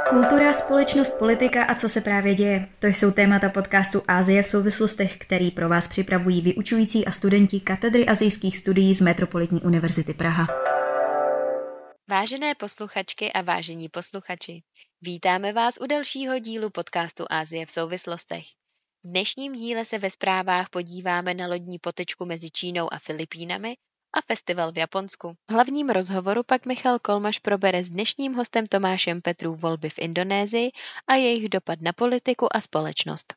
Kultura, společnost, politika a co se právě děje. To jsou témata podcastu Asie v souvislostech, který pro vás připravují vyučující a studenti katedry asijských studií z Metropolitní univerzity Praha. Vážené posluchačky a vážení posluchači, vítáme vás u dalšího dílu podcastu Asie v souvislostech. V dnešním díle se ve zprávách podíváme na lodní potečku mezi Čínou a Filipínami a festival v Japonsku. V hlavním rozhovoru pak Michal Kolmaš probere s dnešním hostem Tomášem Petrů volby v Indonésii a jejich dopad na politiku a společnost.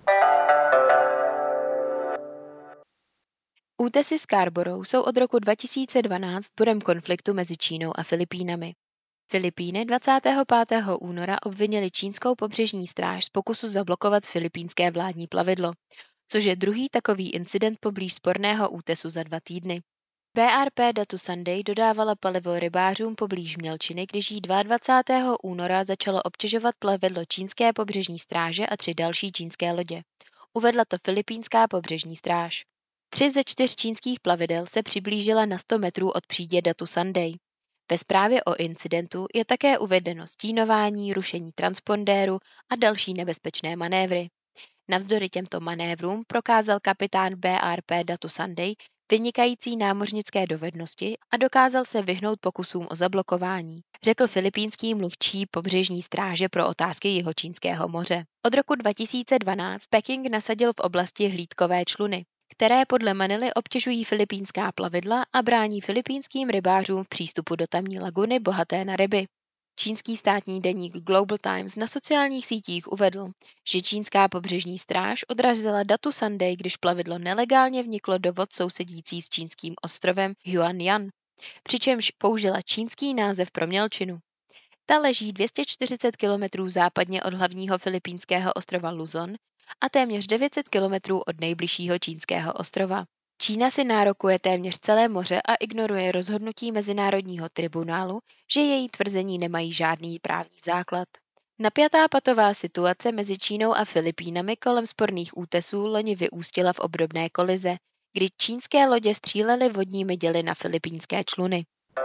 Útesy Scarborough jsou od roku 2012 bodem konfliktu mezi Čínou a Filipínami. Filipíny 25. února obvinili čínskou pobřežní stráž z pokusu zablokovat filipínské vládní plavidlo, což je druhý takový incident poblíž sporného útesu za 2 týdny. PRP Datu Sunday dodávala palivo rybářům poblíž Mělčiny, když jí 22. února začalo obtěžovat plavidlo čínské pobřežní stráže a 3 další čínské lodě. Uvedla to filipínská pobřežní stráž. 3 ze 4 čínských plavidel se přiblížila na 100 metrů od přídě Datu Sunday. Ve zprávě o incidentu je také uvedeno stínování, rušení transpondéru a další nebezpečné manévry. Navzdory těmto manévrům prokázal kapitán BRP Datu Sunday vynikající námořnické dovednosti a dokázal se vyhnout pokusům o zablokování, řekl filipínský mluvčí pobřežní stráže pro otázky Jihočínského moře. Od roku 2012 Peking nasadil v oblasti hlídkové čluny, které podle Manily obtěžují filipínská plavidla a brání filipínským rybářům v přístupu do tamní laguny bohaté na ryby. Čínský státní deník Global Times na sociálních sítích uvedl, že čínská pobřežní stráž odrazila Datu Sunday, když plavidlo nelegálně vniklo do vod sousedící s čínským ostrovem Hualien, přičemž použila čínský název pro Mělčinu. Ta leží 240 km západně od hlavního filipínského ostrova Luzon a téměř 900 km od nejbližšího čínského ostrova. Čína si nárokuje téměř celé moře a ignoruje rozhodnutí Mezinárodního tribunálu, že její tvrzení nemají žádný právní základ. Napjatá patová situace mezi Čínou a Filipínami kolem sporných útesů loni vyústila v obdobné kolize, kdy čínské lodě střílely vodními děly na filipínské čluny.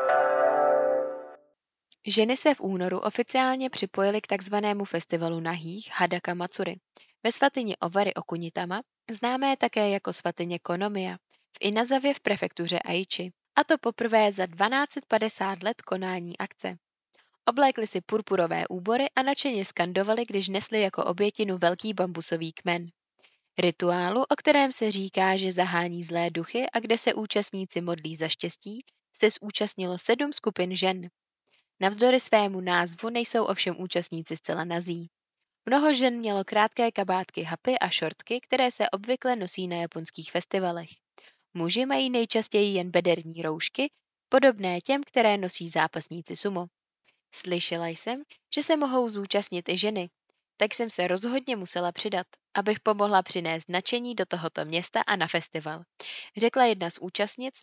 Ženy se v únoru oficiálně připojily k takzvanému festivalu nahých Hadaka Matsuri ve svatyni Owari Okunitama, známé také jako svatyně Konomiya, v Inazavě v prefektuře Aichi, a to poprvé za 1250 let konání akce. Oblékli si purpurové úbory a nadšeně skandovali, když nesli jako obětinu velký bambusový kmen. Rituálu, o kterém se říká, že zahání zlé duchy a kde se účastníci modlí za štěstí, se zúčastnilo 7 skupin žen. Navzdory svému názvu nejsou ovšem účastníci zcela nazí. Mnoho žen mělo krátké kabátky hapy a šortky, které se obvykle nosí na japonských festivalech. Muži mají nejčastěji jen bederní roušky, podobné těm, které nosí zápasníci sumo. Slyšela jsem, že se mohou zúčastnit i ženy, tak jsem se rozhodně musela přidat, abych pomohla přinést nadšení do tohoto města a na festival, řekla jedna z účastnic,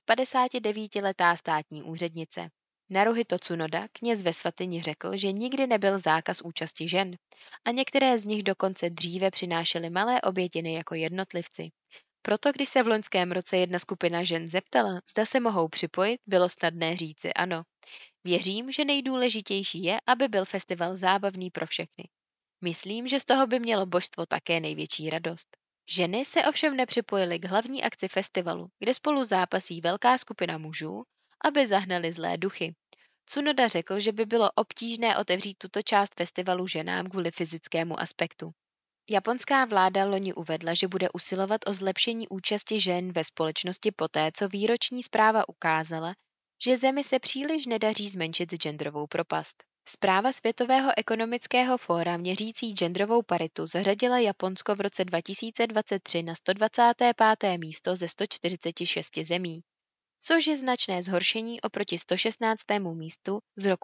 59letá státní úřednice. Naruhito Tsunoda, kněz ve svatyni, řekl, že nikdy nebyl zákaz účasti žen a některé z nich dokonce dříve přinášely malé obětiny jako jednotlivci. Proto, když se v loňském roce jedna skupina žen zeptala, zda se mohou připojit, bylo snadné říci ano. Věřím, že nejdůležitější je, aby byl festival zábavný pro všechny. Myslím, že z toho by mělo božstvo také největší radost. Ženy se ovšem nepřipojily k hlavní akci festivalu, kde spolu zápasí velká skupina mužů, aby zahnali zlé duchy. Tsunoda řekl, že by bylo obtížné otevřít tuto část festivalu ženám kvůli fyzickému aspektu. Japonská vláda loni uvedla, že bude usilovat o zlepšení účasti žen ve společnosti poté, co výroční zpráva ukázala, že zemi se příliš nedaří zmenšit genderovou propast. Zpráva Světového ekonomického fóra měřící genderovou paritu zařadila Japonsko v roce 2023 na 125. místo ze 146 zemí, což je značné zhoršení oproti 116. místu z roku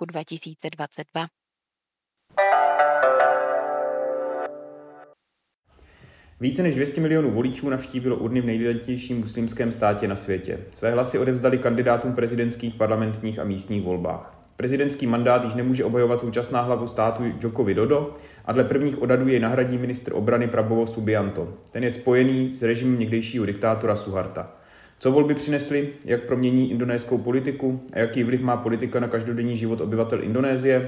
2022. Více než 200 milionů voličů navštívilo urny v nejdůležitějším muslimském státě na světě. Své hlasy odevzdali kandidátům prezidentských, parlamentních a místních volbách. Prezidentský mandát již nemůže obhajovat současná hlavu státu Joko Widodo a dle prvních odhadů jej nahradí ministr obrany Prabowo Subianto. Ten je spojený s režimem někdejšího diktátora Suharta. Co volby přinesly, jak promění indonéskou politiku a jaký vliv má politika na každodenní život obyvatel Indonésie?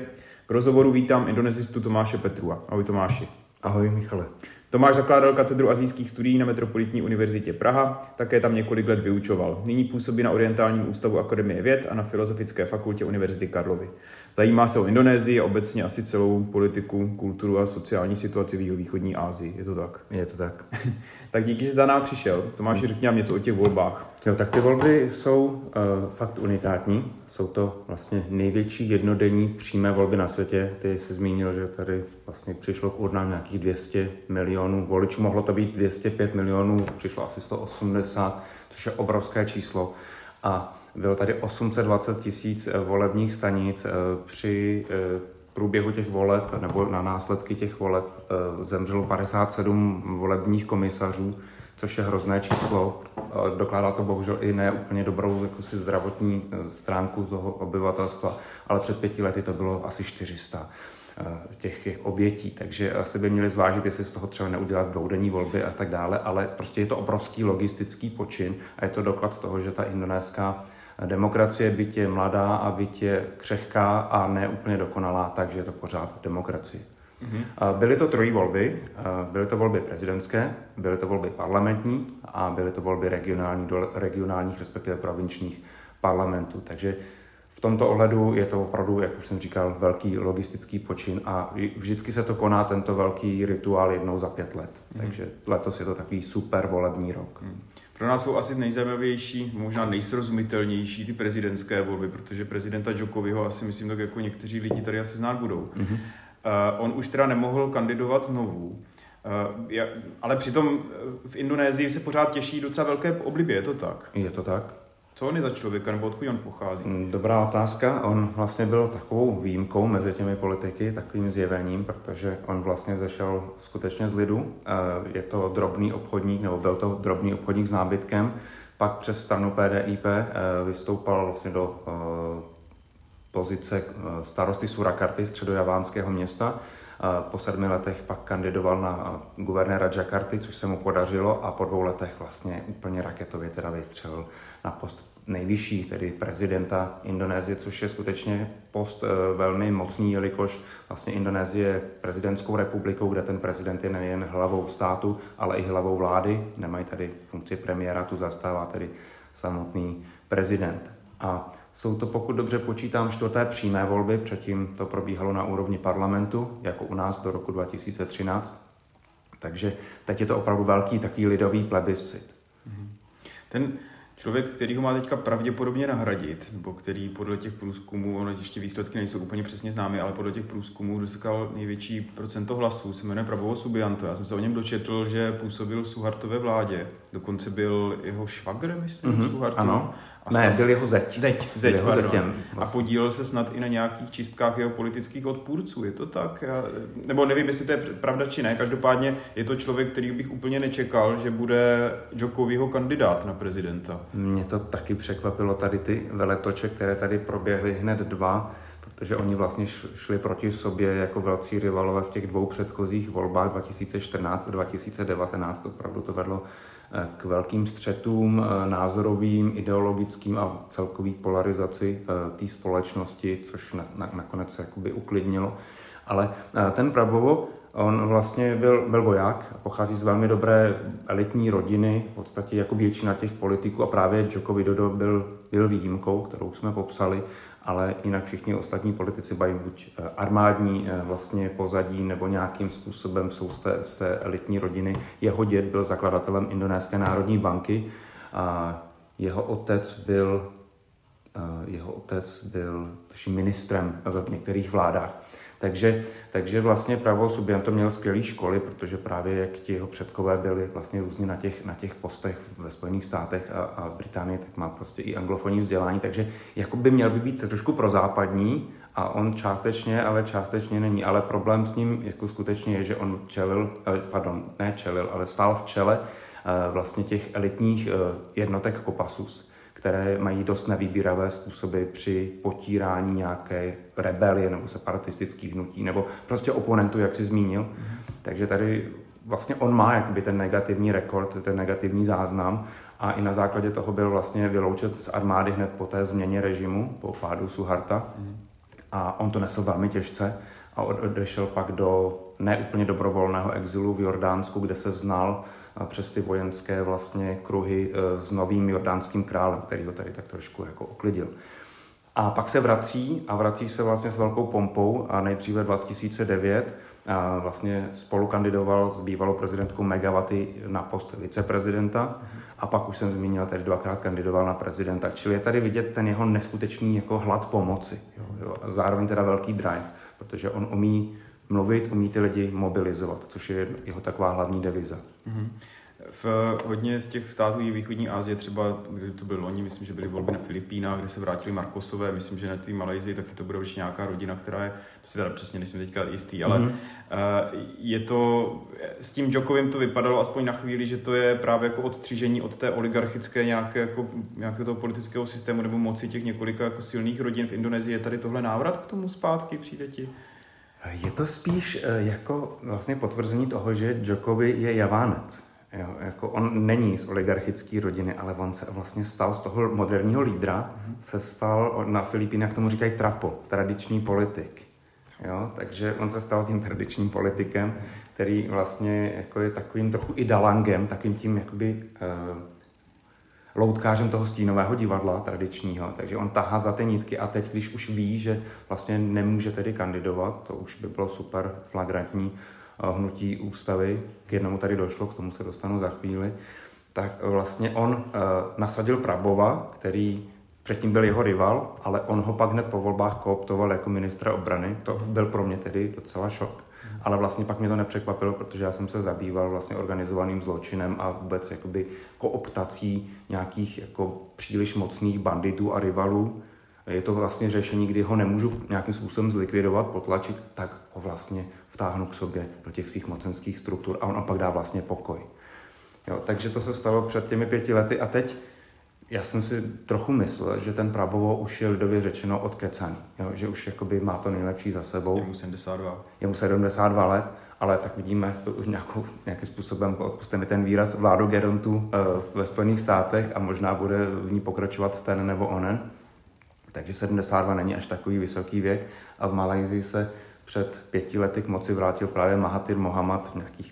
K rozhovoru vítám indonésistu Tomáše Petrua. Ahoj Tomáši. Ahoj Michale. Tomáš zakládal katedru asijských studií na Metropolitní univerzitě Praha, také tam několik let vyučoval. Nyní působí na Orientálním ústavu Akademie věd a na Filozofické fakultě Univerzity Karlovy. Zajímá se o Indonésii a obecně asi celou politiku, kulturu a sociální situaci v jihovýchodní Asii. Je to tak? Je to tak. Tak díky, že za námi přišel. Tomáši, řekni nám něco o těch volbách. Jo, tak ty volby jsou fakt unikátní. Jsou to vlastně největší jednodenní přímé volby na světě. Ty jsi zmínil, že tady vlastně přišlo k urnám nějakých 200 milionů voličů. Mohlo to být 205 milionů, přišlo asi 180, což je obrovské číslo. A bylo tady 820 000 volebních stanic. Při průběhu těch voleb nebo na následky těch voleb zemřelo 57 volebních komisařů, což je hrozné číslo. Dokládá to bohužel i ne úplně dobrou jakousi zdravotní stránku toho obyvatelstva, ale před 5 lety to bylo asi 400 těch obětí, takže asi by měli zvážit, jestli z toho třeba neudělat dvoudenní volby a tak dále, ale prostě je to obrovský logistický počin a je to doklad toho, že ta indonéská demokracie, byť je mladá a byť je křehká a ne úplně dokonalá, takže je to pořád demokracie. Byly to trojí volby, byly to volby prezidentské, byly to volby parlamentní a byly to volby regionálních, respektive provinčních parlamentů. Takže v tomto ohledu je to opravdu, jak už jsem říkal, velký logistický počin a vždycky se to koná tento velký rituál jednou za 5 let. Takže letos je to takový super volební rok. Pro nás jsou asi nejzajímavější, možná nejsrozumitelnější ty prezidentské volby, protože prezidenta Jokoviho asi myslím, tak jako někteří lidi tady asi znát budou. On už teda nemohl kandidovat znovu, ale přitom v Indonésii se pořád těší docela velké oblibě, je to tak? Je to tak. Co on je za člověka, nebo odkud on pochází? Dobrá otázka. On vlastně byl takovou výjimkou mezi těmi politiky, takovým zjevením, protože on vlastně zešel skutečně z lidu. Je to drobný obchodník, nebo byl to drobný obchodník s nábytkem. Pak přes stranu PDIP vystoupal vlastně do pozice starosty Surakarty, středojavánského města. Po 7 letech pak kandidoval na guvernéra Jakarty, což se mu podařilo a po 2 letech vlastně úplně raketově teda vystřelil na post nejvyšší, tedy prezidenta Indonésie, což je skutečně post velmi mocný, jelikož vlastně Indonésie je prezidentskou republikou, kde ten prezident je nejen hlavou státu, ale i hlavou vlády. Nemají tady funkci premiéra, tu zastává tedy samotný prezident. A jsou to, pokud dobře počítám, 4. přímé volby, předtím to probíhalo na úrovni parlamentu, jako u nás do roku 2013. Takže teď je to opravdu velký takový lidový plebiscit. Ten člověk, který ho má teďka pravděpodobně nahradit, nebo který podle těch průzkumů, ono ještě výsledky nejsou úplně přesně známy, ale podle těch průzkumů získal největší procento hlasů, se jmenuje Prabowo Subianto. Já jsem se o něm dočetl, že působil v Suhartově vládě, dokonce byl jeho švagr, myslím, Suhartov. Ano. Ne, byl jeho zeď. Zetěm. A podílel se snad i na nějakých čistkách jeho politických odpůrců, je to tak? Nebo nevím, jestli to je pravda či ne, každopádně je to člověk, který bych úplně nečekal, že bude Jokoviho kandidát na prezidenta. Mě to taky překvapilo, tady ty veletoče, které tady proběhly hned 2, protože oni vlastně šli proti sobě jako velcí rivalové v těch 2 předchozích volbách 2014 a 2019. Opravdu to vedlo k velkým střetům názorovým, ideologickým a celkový polarizaci té společnosti, což nakonec se jakoby uklidnilo. Ale ten Prabowo, on vlastně byl voják, pochází z velmi dobré elitní rodiny, v podstatě jako většina těch politiků a právě Joko Widodo byl výjimkou, kterou jsme popsali, ale jinak všichni ostatní politici mají buď armádní vlastně pozadí nebo nějakým způsobem jsou z té elitní rodiny. Jeho děd byl zakladatelem Indonéské národní banky a jeho otec byl ministrem v některých vládách. Takže vlastně Prabowo Subianto měl skvělé školy, protože právě jak ti jeho předkové byli vlastně různě na těch postech ve Spojených státech a v Británii, tak má prostě i anglofonní vzdělání, takže jakoby měl by být trošku prozápadní a on částečně, ale částečně není. Ale problém s ním jako skutečně je, že on stál v čele vlastně těch elitních jednotek Kopassus, které mají dost nevýběravé způsoby při potírání nějaké rebelie nebo separatistických hnutí, nebo prostě oponentů, jak jsi zmínil. Takže tady vlastně on má jakoby ten negativní rekord, ten negativní záznam a i na základě toho byl vlastně vyloučen z armády hned po té změně režimu, po pádu Suharta. a on to nesl velmi těžce a odešel pak do neúplně dobrovolného exilu v Jordánsku, kde se znal přes ty vojenské vlastně kruhy s novým jordánským králem, který ho tady tak trošku jako uklidil. A pak se vrací se vlastně s velkou pompou a nejdříve 2009 a vlastně spolu kandidoval s bývalou prezidentkou Megawati na post viceprezidenta a pak už jsem zmínil, tady 2krát kandidoval na prezidenta. Čili je tady vidět ten jeho neskutečný jako hlad pomoci. Jo. A zároveň teda velký drive, protože on umí mluvit, umí ty lidi mobilizovat, což je jeho taková hlavní deviza. V hodně z těch států východní Asie, třeba kdy to bylo loni, myslím, že byly volby na Filipínách, kde se vrátili Marcosové, myslím, že na té Malajsii taky to bude určitě nějaká rodina, která je, to si teda přesně nejsem teďka jistý, ale je to, s tím Djokovým to vypadalo aspoň na chvíli, že to je právě jako odstřížení od té oligarchické nějakého toho politického systému nebo moci těch několika jako silných rodin v Indonésii. Je tady tohle návrat k tomu zpátky, přijde ti? Je to spíš jako vlastně potvrzení toho, že Djokovic je Javánec. Jo, jako on není z oligarchické rodiny, ale on se vlastně stal z toho moderního lídra, se stal, na Filipínách tomu říkají trapo, tradiční politik. Jo, takže on se stal tím tradičním politikem, který vlastně jako je takovým trochu i dalangem, takovým tím jakoby loutkářem toho stínového divadla tradičního, takže on tahá za ty nitky a teď, když už ví, že vlastně nemůže tedy kandidovat, to už by bylo super flagrantní hnutí ústavy, k jednomu tady došlo, k tomu se dostanu za chvíli, tak vlastně on nasadil Prabova, který předtím byl jeho rival, ale on ho pak hned po volbách kooptoval jako ministra obrany. To byl pro mě tedy docela šok. Ale vlastně pak mě to nepřekvapilo, protože já jsem se zabýval vlastně organizovaným zločinem a vůbec jakoby kooptací nějakých jako příliš mocných banditů a rivalů. Je to vlastně řešení, kdy ho nemůžu nějakým způsobem zlikvidovat, potlačit, tak ho vlastně vtáhnu k sobě do těch svých mocenských struktur a on pak dá vlastně pokoj. Jo, takže to se stalo před těmi 5 lety a teď já jsem si trochu myslel, že ten Prabowo už je lidově řečeno odkecaný, jo, že už jakoby má to nejlepší za sebou. Je mu 72 let, ale tak vidíme nějakým způsobem, odpuste mi ten výraz, vládu gerontů ve Spojených státech a možná bude v ní pokračovat ten nebo onen. Takže 72 není až takový vysoký věk a v Malajsii se před 5 lety k moci vrátil právě Mahathir Mohamad v nějakých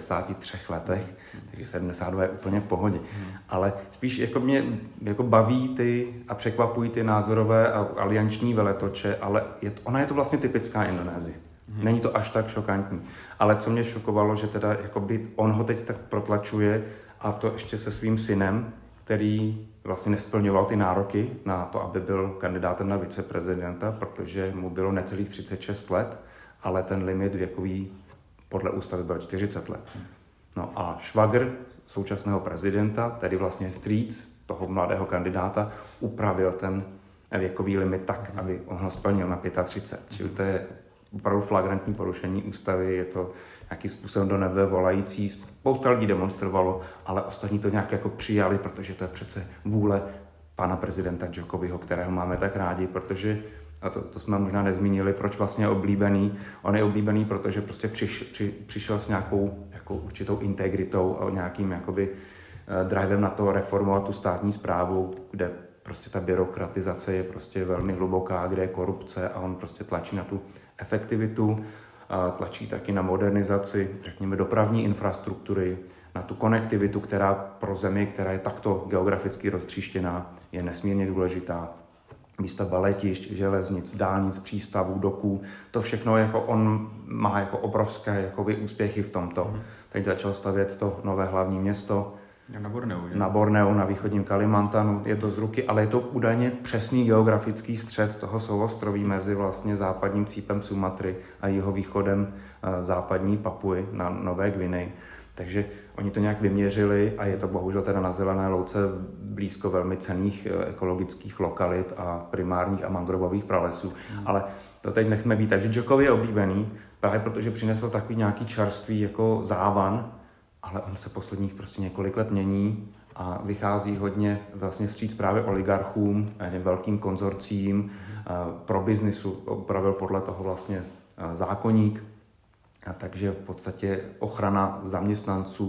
93 letech, takže 72 je úplně v pohodě. Ale spíš jako mě jako baví a překvapují ty názorové a alianční veletoče, ale ona je to vlastně typická Indonésie. Není to až tak šokantní. Ale co mě šokovalo, že teda jakoby on ho teď tak protlačuje a to ještě se svým synem, který vlastně nesplňoval ty nároky na to, aby byl kandidátem na viceprezidenta, protože mu bylo necelých 36 let, ale ten limit věkový podle ústavy byl 40 let. No a švagr současného prezidenta, tedy vlastně strýc toho mladého kandidáta, upravil ten věkový limit tak, aby on ho splnil na 35. Čili to je opravdu flagrantní porušení ústavy, je to nějakým způsobem do nebe volající. Spousta lidí demonstrovalo, ale ostatní to nějak jako přijali, protože to je přece vůle pana prezidenta Djokoviho, kterého máme tak rádi, protože, a to jsme možná nezmínili, proč vlastně je oblíbený. On je oblíbený, protože prostě přišel s nějakou jako určitou integritou a nějakým jakoby drivem na to reformovat tu státní správu, kde prostě ta byrokratizace je prostě velmi hluboká, kde je korupce a on prostě tlačí na tu efektivitu, tlačí taky na modernizaci, řekněme, dopravní infrastruktury, na tu konektivitu, která pro zemi, která je takto geograficky roztříštěná, je nesmírně důležitá. Výstavba letišť, železnic, dálnic, přístavů, doků, to všechno jako on má jako obrovské jakoby úspěchy v tomto. Teď začal stavět to nové hlavní město na Borneu, na východním Kalimantanu, je to z ruky, ale je to údajně přesný geografický střed toho souostroví mezi vlastně západním cípem Sumatry a jihovýchodem západní Papuji na Nové Gvineji. Takže oni to nějak vyměřili a je to bohužel teda na zelené louce blízko velmi cenných ekologických lokalit a primárních a mangrovových pralesů. Ale to teď nechme být. Takže Djokovic je oblíbený, právě protože přinesl takový nějaký čerstvý jako závan, ale on se posledních prostě několik let mění a vychází hodně vlastně vstříc právě oligarchům, velkým konzorcím, pro biznisu upravil podle toho vlastně zákoník. A takže v podstatě ochrana zaměstnanců,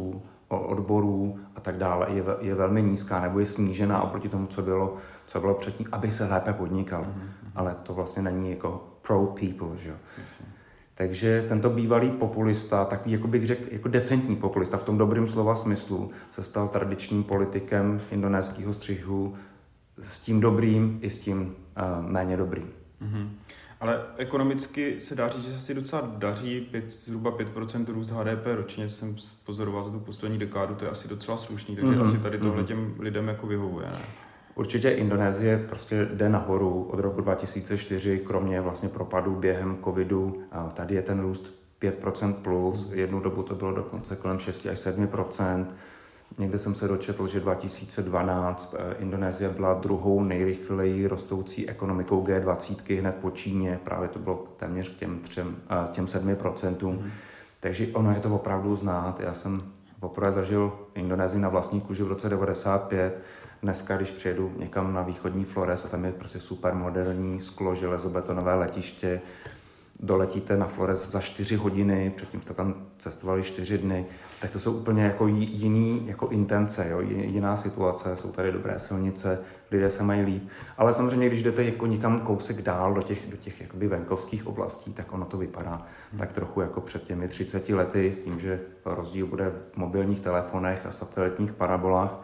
odborů a tak dále je velmi nízká nebo je snížená oproti tomu, co bylo předtím, aby se lépe podnikal. Ale to vlastně není jako pro people, že jo. Takže tento bývalý populista, takový, jako bych řekl, jako decentní populista, v tom dobrým slova smyslu, se stal tradičním politikem indonéského střihu s tím dobrým i s tím méně dobrým. Ale ekonomicky se dá říct, že se si docela daří, zhruba 5% růst HDP ročně, jsem pozoroval za tu poslední dekádu, to je asi docela slušný, takže asi tady tohle těm lidem jako vyhovuje, ne? Určitě Indonésie prostě jde nahoru od roku 2004, kromě vlastně propadu během covidu. A tady je ten růst 5% plus, jednu dobu to bylo dokonce kolem 6 až 7%. Někde jsem se dočetl, že 2012 Indonésie byla druhou nejrychleji rostoucí ekonomikou G20 hned po Číně, právě to bylo téměř k těm 7%. Takže ono je to opravdu znát. Já jsem poprvé zažil Indonésii na vlastní kůži v roce 1995. Dneska, když přijedu někam na východní Flores, a tam je prostě super moderní sklo, železobetonové letiště, doletíte na Flores za 4 hodiny, předtím jste tam cestovali 4 dny, tak to jsou úplně jako jiný jako intence, jo? Jiná situace, jsou tady dobré silnice, lidé se mají líp. Ale samozřejmě, když jdete jako někam kousek dál do těch jakoby venkovských oblastí, tak ono to vypadá tak trochu jako před těmi 30 lety, s tím, že rozdíl bude v mobilních telefonech a satelitních parabolách.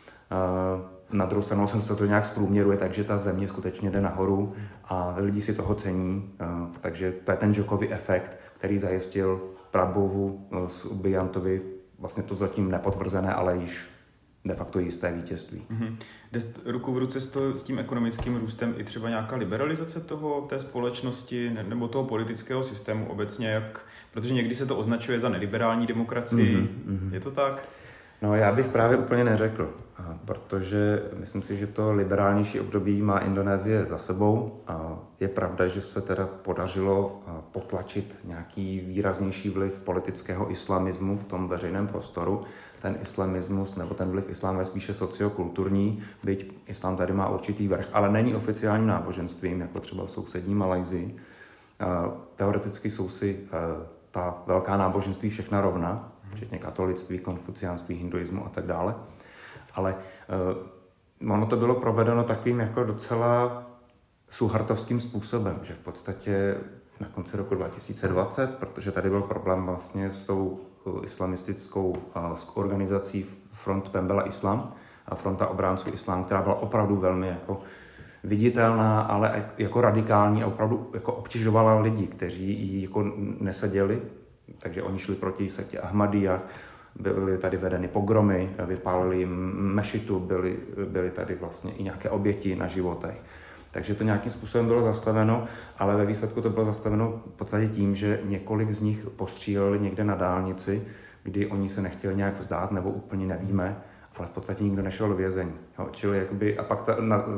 Na druhou stranu se to nějak zprůměruje, takže ta země skutečně jde nahoru a lidi si toho cení. Takže to je ten Jokovy efekt, který zajistil Prabovu s Ubiantovi vlastně to zatím nepotvrzené, ale již de facto jisté vítězství. Jde ruku v ruce s tím ekonomickým růstem i třeba nějaká liberalizace té společnosti nebo toho politického systému obecně, protože někdy se to označuje za neliberální demokracii. Je to tak? No, já bych právě úplně neřekl, protože myslím si, že to liberálnější období má Indonésie za sebou. Je pravda, že se teda podařilo potlačit nějaký výraznější vliv politického islamismu v tom veřejném prostoru. Ten islamismus nebo ten vliv islámu je spíše sociokulturní, byť islám tady má určitý vrch, ale není oficiálním náboženstvím, jako třeba v sousední Malajsii. Teoreticky jsou si ta velká náboženství všechna rovna, včetně katolictví, konfuciánství, hinduismu a tak dále. Ale ono to bylo provedeno takovým jako docela suhartovským způsobem, že v podstatě na konci roku 2020, protože tady byl problém vlastně s tou islamistickou organizací Front Pembela Islam a Fronta obránců Islám, která byla opravdu velmi jako viditelná, ale jako radikální a opravdu jako obtěžovala lidi, kteří ji jako neseděli. Takže oni šli proti sektě Ahmadiyya, byly tady vedeny pogromy, vypálili mešitu, byly tady vlastně i nějaké oběti na životech. Takže to nějakým způsobem bylo zastaveno, ale ve výsledku to bylo zastaveno v podstatě tím, že několik z nich postříleli někde na dálnici, kdy oni se nechtěli nějak vzdát, nebo úplně nevíme, ale v podstatě nikdo nešel do vězení. Jo, čili jakoby, a pak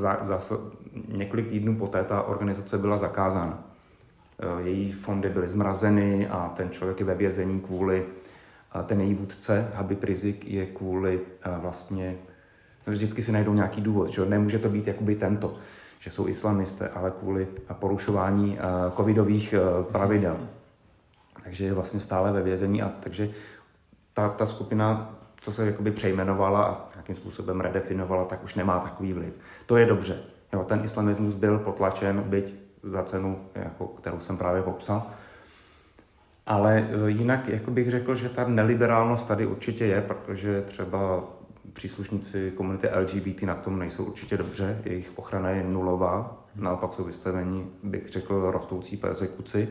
několik týdnů poté ta organizace byla zakázána. Její fondy byly zmrazeny a ten člověk je ve vězení kvůli, ten její vůdce, Habib Rizik, je kvůli vlastně, vždycky si najdou nějaký důvod, že nemůže to být jakoby tento, že jsou islamisté, ale kvůli porušování covidových pravidel. Takže je vlastně stále ve vězení a takže ta skupina, co se jakoby přejmenovala a nějakým způsobem redefinovala, tak už nemá takový vliv. To je dobře. Jo, ten islamismus byl potlačen, byť za cenu, jako, kterou jsem právě popsal. Ale jinak jako bych řekl, že ta neliberálnost tady určitě je, protože třeba příslušníci komunity LGBT na tom nejsou určitě dobře, jejich ochrana je nulová, naopak jsou vystaveni, bych řekl, rostoucí persekuci.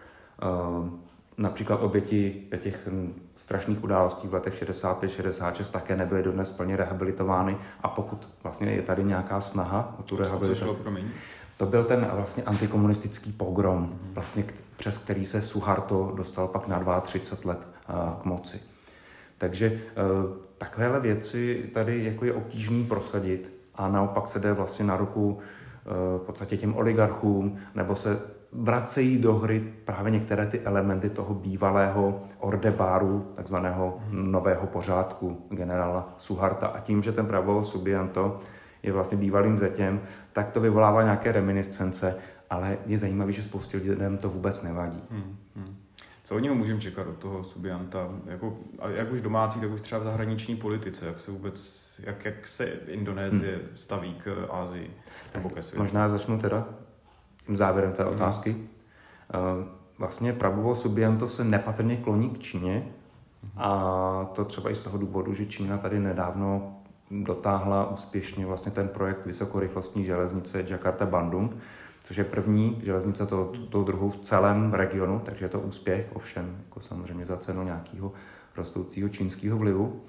Například oběti těch strašných událostí v letech 65-66 také nebyly dodnes plně rehabilitovány a pokud vlastně je tady nějaká snaha o tu rehabilitaci. To byl ten vlastně antikomunistický pogrom, vlastně přes který se Suharto dostal pak na 32 let k moci. Takže takovéhle věci tady jako je obtížný prosadit a naopak se jde vlastně na ruku v podstatě těm oligarchům, nebo se vracejí do hry právě některé ty elementy toho bývalého ordebáru, takzvaného nového pořádku generála Suharta. A tím, že ten Prabowo Subianto je vlastně bývalým zetěm, tak to vyvolává nějaké reminiscence, ale je zajímavé, že spoustě lidem to vůbec nevadí. Co od něho můžeme čekat od toho Subianta? Jak už domácí, tak už třeba v zahraniční politice. Jak se Indonésie staví k Asii nebo ke světu? Možná začnu teda tím závěrem té otázky. Vlastně Prabowo Subianto se nepatrně kloní k Číně a to třeba i z toho důvodu, že Čína tady nedávno dotáhla úspěšně vlastně ten projekt vysokorychlostní železnice Jakarta-Bandung, což je první železnice tou druhou v celém regionu, takže je to úspěch, ovšem jako samozřejmě za cenu nějakého rostoucího čínského vlivu.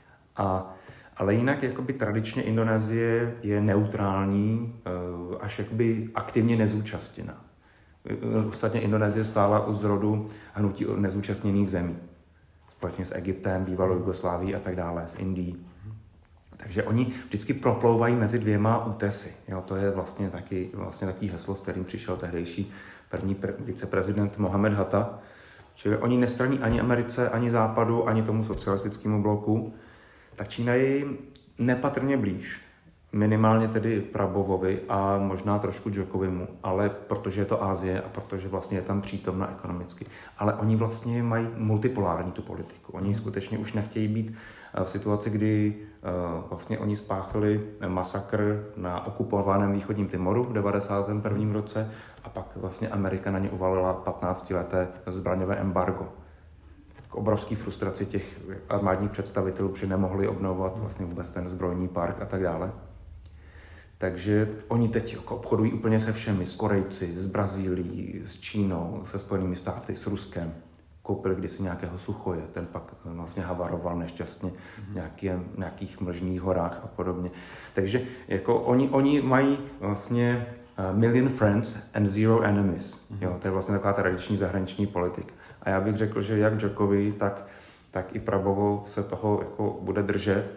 Ale jinak jakoby tradičně Indonésie je neutrální, až jakoby aktivně nezúčastněná. Ostatně Indonésie stála u zrodu hnutí nezúčastněných zemí. Společně s Egyptem, bývalou Jugoslávií a tak dále, s Indií. Takže oni vždycky proplouvají mezi dvěma útesy. Jo, to je vlastně taky heslo, s kterým přišel tehdejší první viceprezident Mohamed Hatta. Čili oni nestraní ani Americe, ani Západu, ani tomu socialistickému bloku. Ta Čína je jim nepatrně blíž. Minimálně tedy Prabovovi a možná trošku Jokovimu, ale protože je to Asie a protože vlastně je tam přítomna ekonomicky. Ale oni vlastně mají multipolární tu politiku. Oni skutečně už nechtějí být v situaci, kdy vlastně oni spáchali masakr na okupovaném východním Timoru v 91. roce a pak vlastně Amerika na ně uvalila 15leté zbraňové embargo. K obrovský frustraci těch armádních představitelů, že nemohli obnovovat vlastně vůbec ten zbrojní park a tak dále. Takže oni teď jako obchodují úplně se všemi, s Korejci, s Brazílií, s Čínou, se Spojenými státy, s Ruskem. Koupili kdysi nějakého Suchoje, ten pak vlastně havaroval nešťastně v nějakých mlžných horách a podobně. Takže jako oni mají vlastně million friends and zero enemies. Jo, to je vlastně taková tradiční zahraniční politika. A já bych řekl, že jak Jokovi, tak i Prabowo se toho jako bude držet.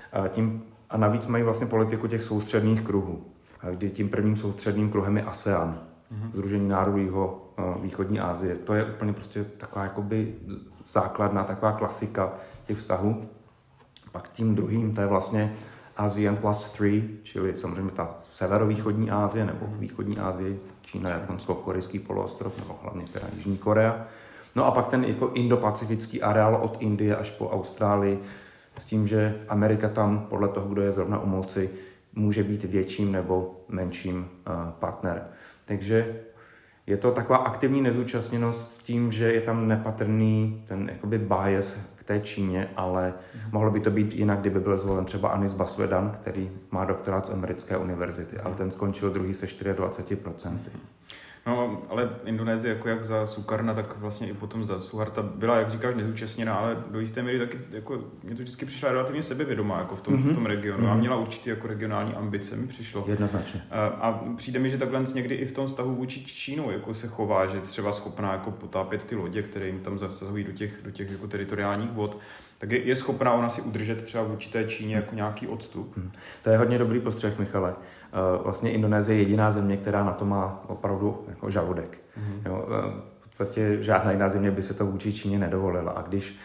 A navíc mají vlastně politiku těch soustředních kruhů. Kdy tím prvním soustředním kruhem je ASEAN, Sdružení národů východní Asie. To je úplně prostě taková jakoby základná, taková klasika těch vztahů. Pak tím druhým to je vlastně ASEAN plus 3, čili samozřejmě ta severovýchodní Asie nebo východní Asie, Čína, Japonsko, Korejský poloostrov, nebo hlavně teda Jižní Korea. No a pak ten jako indopacifický areál od Indie až po Austrálii, s tím, že Amerika tam podle toho, kdo je zrovna u moci, může být větším nebo menším partnerem. Takže je to taková aktivní nezúčastněnost s tím, že je tam nepatrný ten jakoby bias k té Číně, ale mohlo by to být jinak, kdyby byl zvolen třeba Anis Baswedan, který má doktorát z americké univerzity, ale ten skončil druhý se 24%. No, ale Indonésie jako jak za Sukarna, tak vlastně i potom za Suharta byla, jak říkáš, nezúčastněná, ale do jisté míry taky, jako, mě to vždycky přišla relativně sebevědomá jako v tom regionu a měla určitě jako regionální ambice, mi přišlo. Jednoznačně. A přijde mi, že takhle někdy i v tom vztahu vůči Čínu jako se chová, že třeba schopná jako potápět ty lodě, které jim tam zasahují do těch jako teritoriálních vod, tak je schopná ona si udržet třeba vůči té Číně jako nějaký odstup. To je hodně dobrý postřeh, Michale. Vlastně Indonésie je jediná země, která na to má opravdu jako žaludek. Jo, v podstatě žádná jiná země by se to vůči Číně nedovolila. A když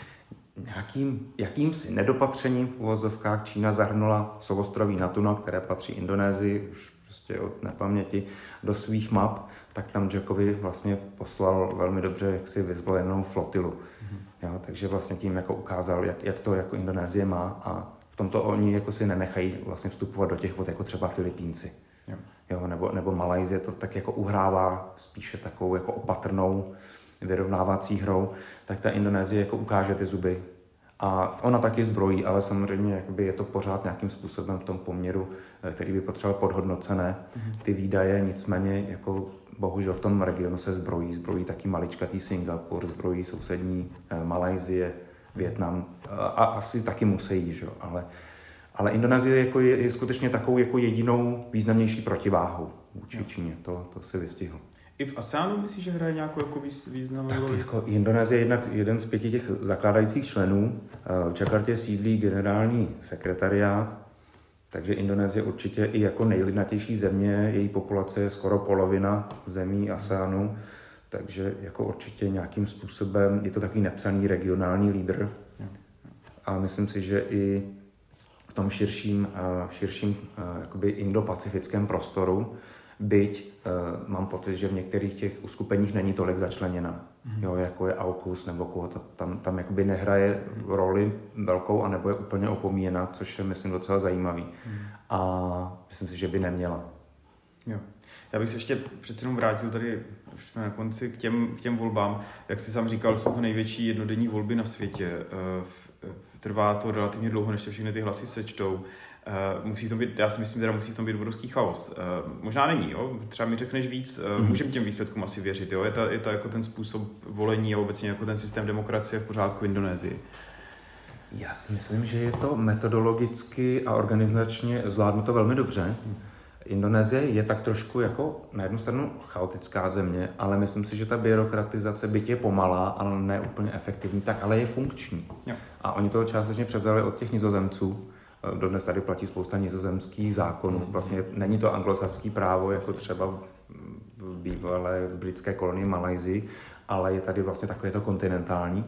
jakýmsi nedopatřením v uvozovkách Čína zahrnula souostroví Natuna, které patří Indonésii už prostě od nepaměti, do svých map, tak tam Jokovi vlastně poslal velmi dobře jaksi vyzbrojenou flotilu. Jo, takže vlastně tím jako ukázal, jak to jako Indonésie má a v tomto oni jako si nenechají vlastně vstupovat do těch vod jako třeba Filipínci. Jo, nebo Malajsie to tak jako uhrává spíše takovou jako opatrnou vyrovnávací hrou, tak ta Indonésie jako ukáže ty zuby. A ona taky zbrojí, ale samozřejmě jakoby je to pořád nějakým způsobem v tom poměru, který by potřeboval podhodnocené ty výdaje, nicméně jako bohužel v tom regionu se zbrojí taky maličkatý Singapur, zbrojí sousední Malajsie, Vietnam a asi taky musí, že? Ale Indonésie jako je skutečně takovou jako jedinou významnější protiváhou vůči Číně, to si vystihl. I v ASEANu myslíš, že hraje nějakou jako významnou roli? Jako Indonésie je jeden z 5 těch zakládajících členů. V Jakartě sídlí generální sekretariát, takže Indonésie určitě i jako nejlidnatější země, její populace je skoro polovina zemí ASEANu, takže jako určitě nějakým způsobem je to takový nepsaný regionální lídr. A myslím si, že i v tom širším jakoby indopacifickém prostoru byť mám pocit, že v některých těch uskupeních není tolik začleněna, jo, jako je AUKUS nebo Kvóta, tam jakoby nehraje roli velkou, anebo je úplně opomíjena, což je, myslím, docela zajímavý. A myslím si, že by neměla. Jo. Já bych se ještě přece jenom vrátil tady, už jsme na konci, k těm volbám. Jak jsi sám říkal, jsou to největší jednodenní volby na světě. Trvá to relativně dlouho, než se všechny ty hlasy sečtou. Musí to být, já si myslím, že musí to být obrovský chaos. Možná není, jo? Třeba mi řekneš víc, můžeme těm výsledkům asi věřit, jo? Je to jako ten způsob volení a obecně jako ten systém demokracie v pořádku v Indonésii? Já si myslím, že je to metodologicky a organizačně zvládnuto velmi dobře. Indonésie je tak trošku jako na jednu stranu chaotická země, ale myslím si, že ta byrokratizace, byť je pomalá, ale ne úplně efektivní, tak ale je funkční. Jo. A oni to částečně převzali od těch Nizozemců. Dodnes tady platí spousta nizozemských zákonů. Vlastně není to anglosaský právo, jako třeba v bývalé britské kolonii Malajsii, ale je tady vlastně takové to kontinentální.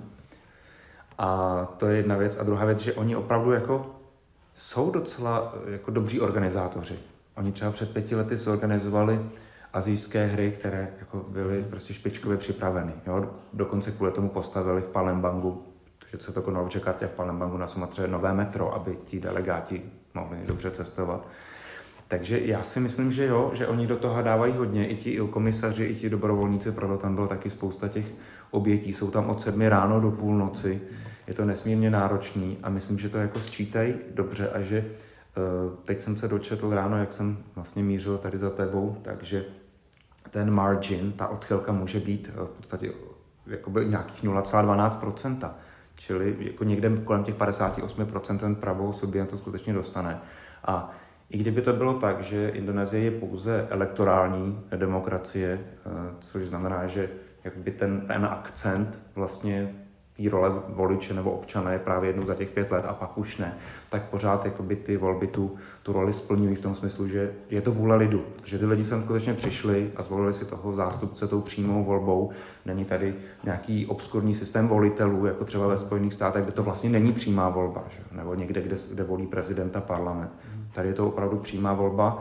A to je jedna věc. A druhá věc, že oni opravdu jako jsou docela jako dobří organizátoři. Oni třeba před 5 lety zorganizovali asijské hry, které jako byly prostě špičkově připraveny. Jo? Dokonce kvůli tomu postavili v Palembangу, že se to konalo v Jakartě, v Palembangу na Sumatře nové metro, aby ti delegáti mohli dobře cestovat. Takže já si myslím, že jo, že oni do toho dávají hodně, i ti komisaři, i ti dobrovolníci, proto tam bylo taky spousta těch obětí. Jsou tam od 7 ráno do půlnoci, je to nesmírně náročný a myslím, že to jako sčítají dobře a že teď jsem se dočetl ráno, jak jsem vlastně mířil tady za tebou, takže ten margin, ta odchylka může být v podstatě jakoby nějakých 0,12%, čili jako někde kolem těch 58% ten pravou subjekt to skutečně dostane. A i kdyby to bylo tak, že Indonésie je pouze elektorální demokracie, což znamená, že jakoby ten akcent vlastně té role voliče nebo občana je právě jednou za těch 5 let a pak už ne, tak pořád jakoby ty volby tu roli splňují v tom smyslu, že je to vůle lidu, že ty lidi sem skutečně přišli a zvolili si toho zástupce tou přímou volbou. Není tady nějaký obskurní systém volitelů, jako třeba ve Spojených státech, kde to vlastně není přímá volba, že? Nebo někde, kde volí prezidenta parlament. Tady je to opravdu přímá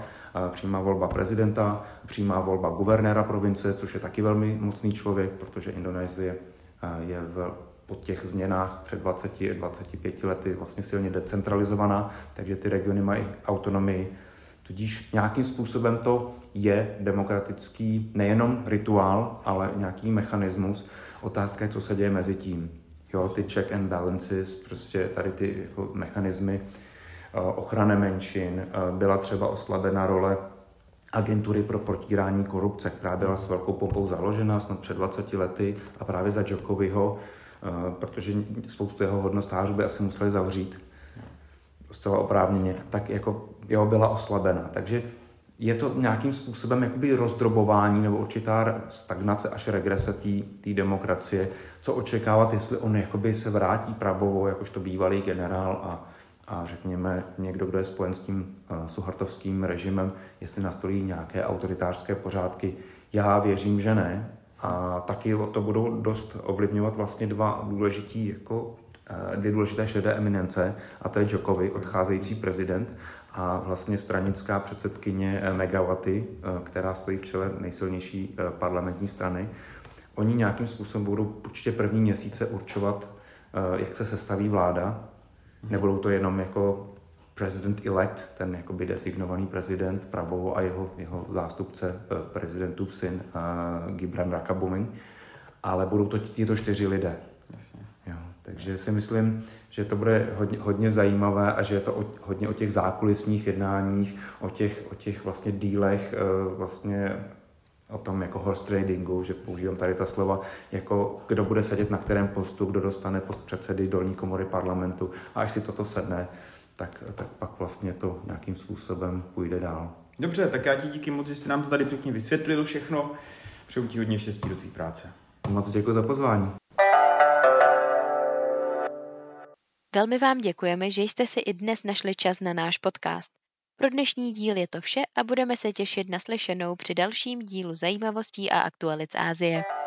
volba prezidenta, přímá volba guvernéra provincie, což je taky velmi mocný člověk, protože Indonésie je po těch změnách před 20-25 lety vlastně silně decentralizovaná, takže ty regiony mají autonomii. Tudíž nějakým způsobem to je demokratický nejenom rituál, ale nějaký mechanismus. Otázka je, co se děje mezi tím. Jo, ty check and balances, prostě tady ty jako mechanismy ochrany menšin, byla třeba oslabena role agentury pro potírání korupce, která byla s velkou pompou založena snad před 20 lety a právě za Jokoviho, protože spoustu jeho hodnostářů by asi museli zavřít zcela oprávněně, tak jako jeho byla oslabena. Takže je to nějakým způsobem jakoby rozdrobování nebo určitá stagnace až regrese té demokracie. Co očekávat, jestli on jakoby se vrátí Prabowo, jakožto bývalý generál a řekněme někdo, kdo je spojen s tím suhartovským režimem, jestli nastolí nějaké autoritářské pořádky. Já věřím, že ne. A taky to budou dost ovlivňovat vlastně dvě důležité šedé eminence, a to je Jokowi, odcházející prezident, a vlastně stranická předsedkyně Megawati, která stojí v čele nejsilnější parlamentní strany. Oni nějakým způsobem budou určitě první měsíce určovat, jak se sestaví vláda. Nebudou to jenom jako president-elect, ten jakoby designovaný prezident Prabowo a jeho zástupce, prezidentův syn Gibran Rakabuming, ale budou to tito 4 lidé. Jo, takže si myslím, že to bude hodně zajímavé a že je to hodně o těch zákulisních jednáních, o těch vlastně dílech, vlastně o tom jako horse tradingu, že používám tady ta slova, jako kdo bude sedět na kterém postu, kdo dostane post předsedy dolní komory parlamentu, a až si toto sedne, tak pak vlastně to nějakým způsobem půjde dál. Dobře, tak já ti díky moc, že jsi nám to tady pěkně vysvětlil všechno. Přeju ti hodně štěstí do tvý práce. Moc děkuji za pozvání. Velmi vám děkujeme, že jste si i dnes našli čas na náš podcast. Pro dnešní díl je to vše a budeme se těšit na slyšenou při dalším dílu zajímavostí a aktualit z Asie.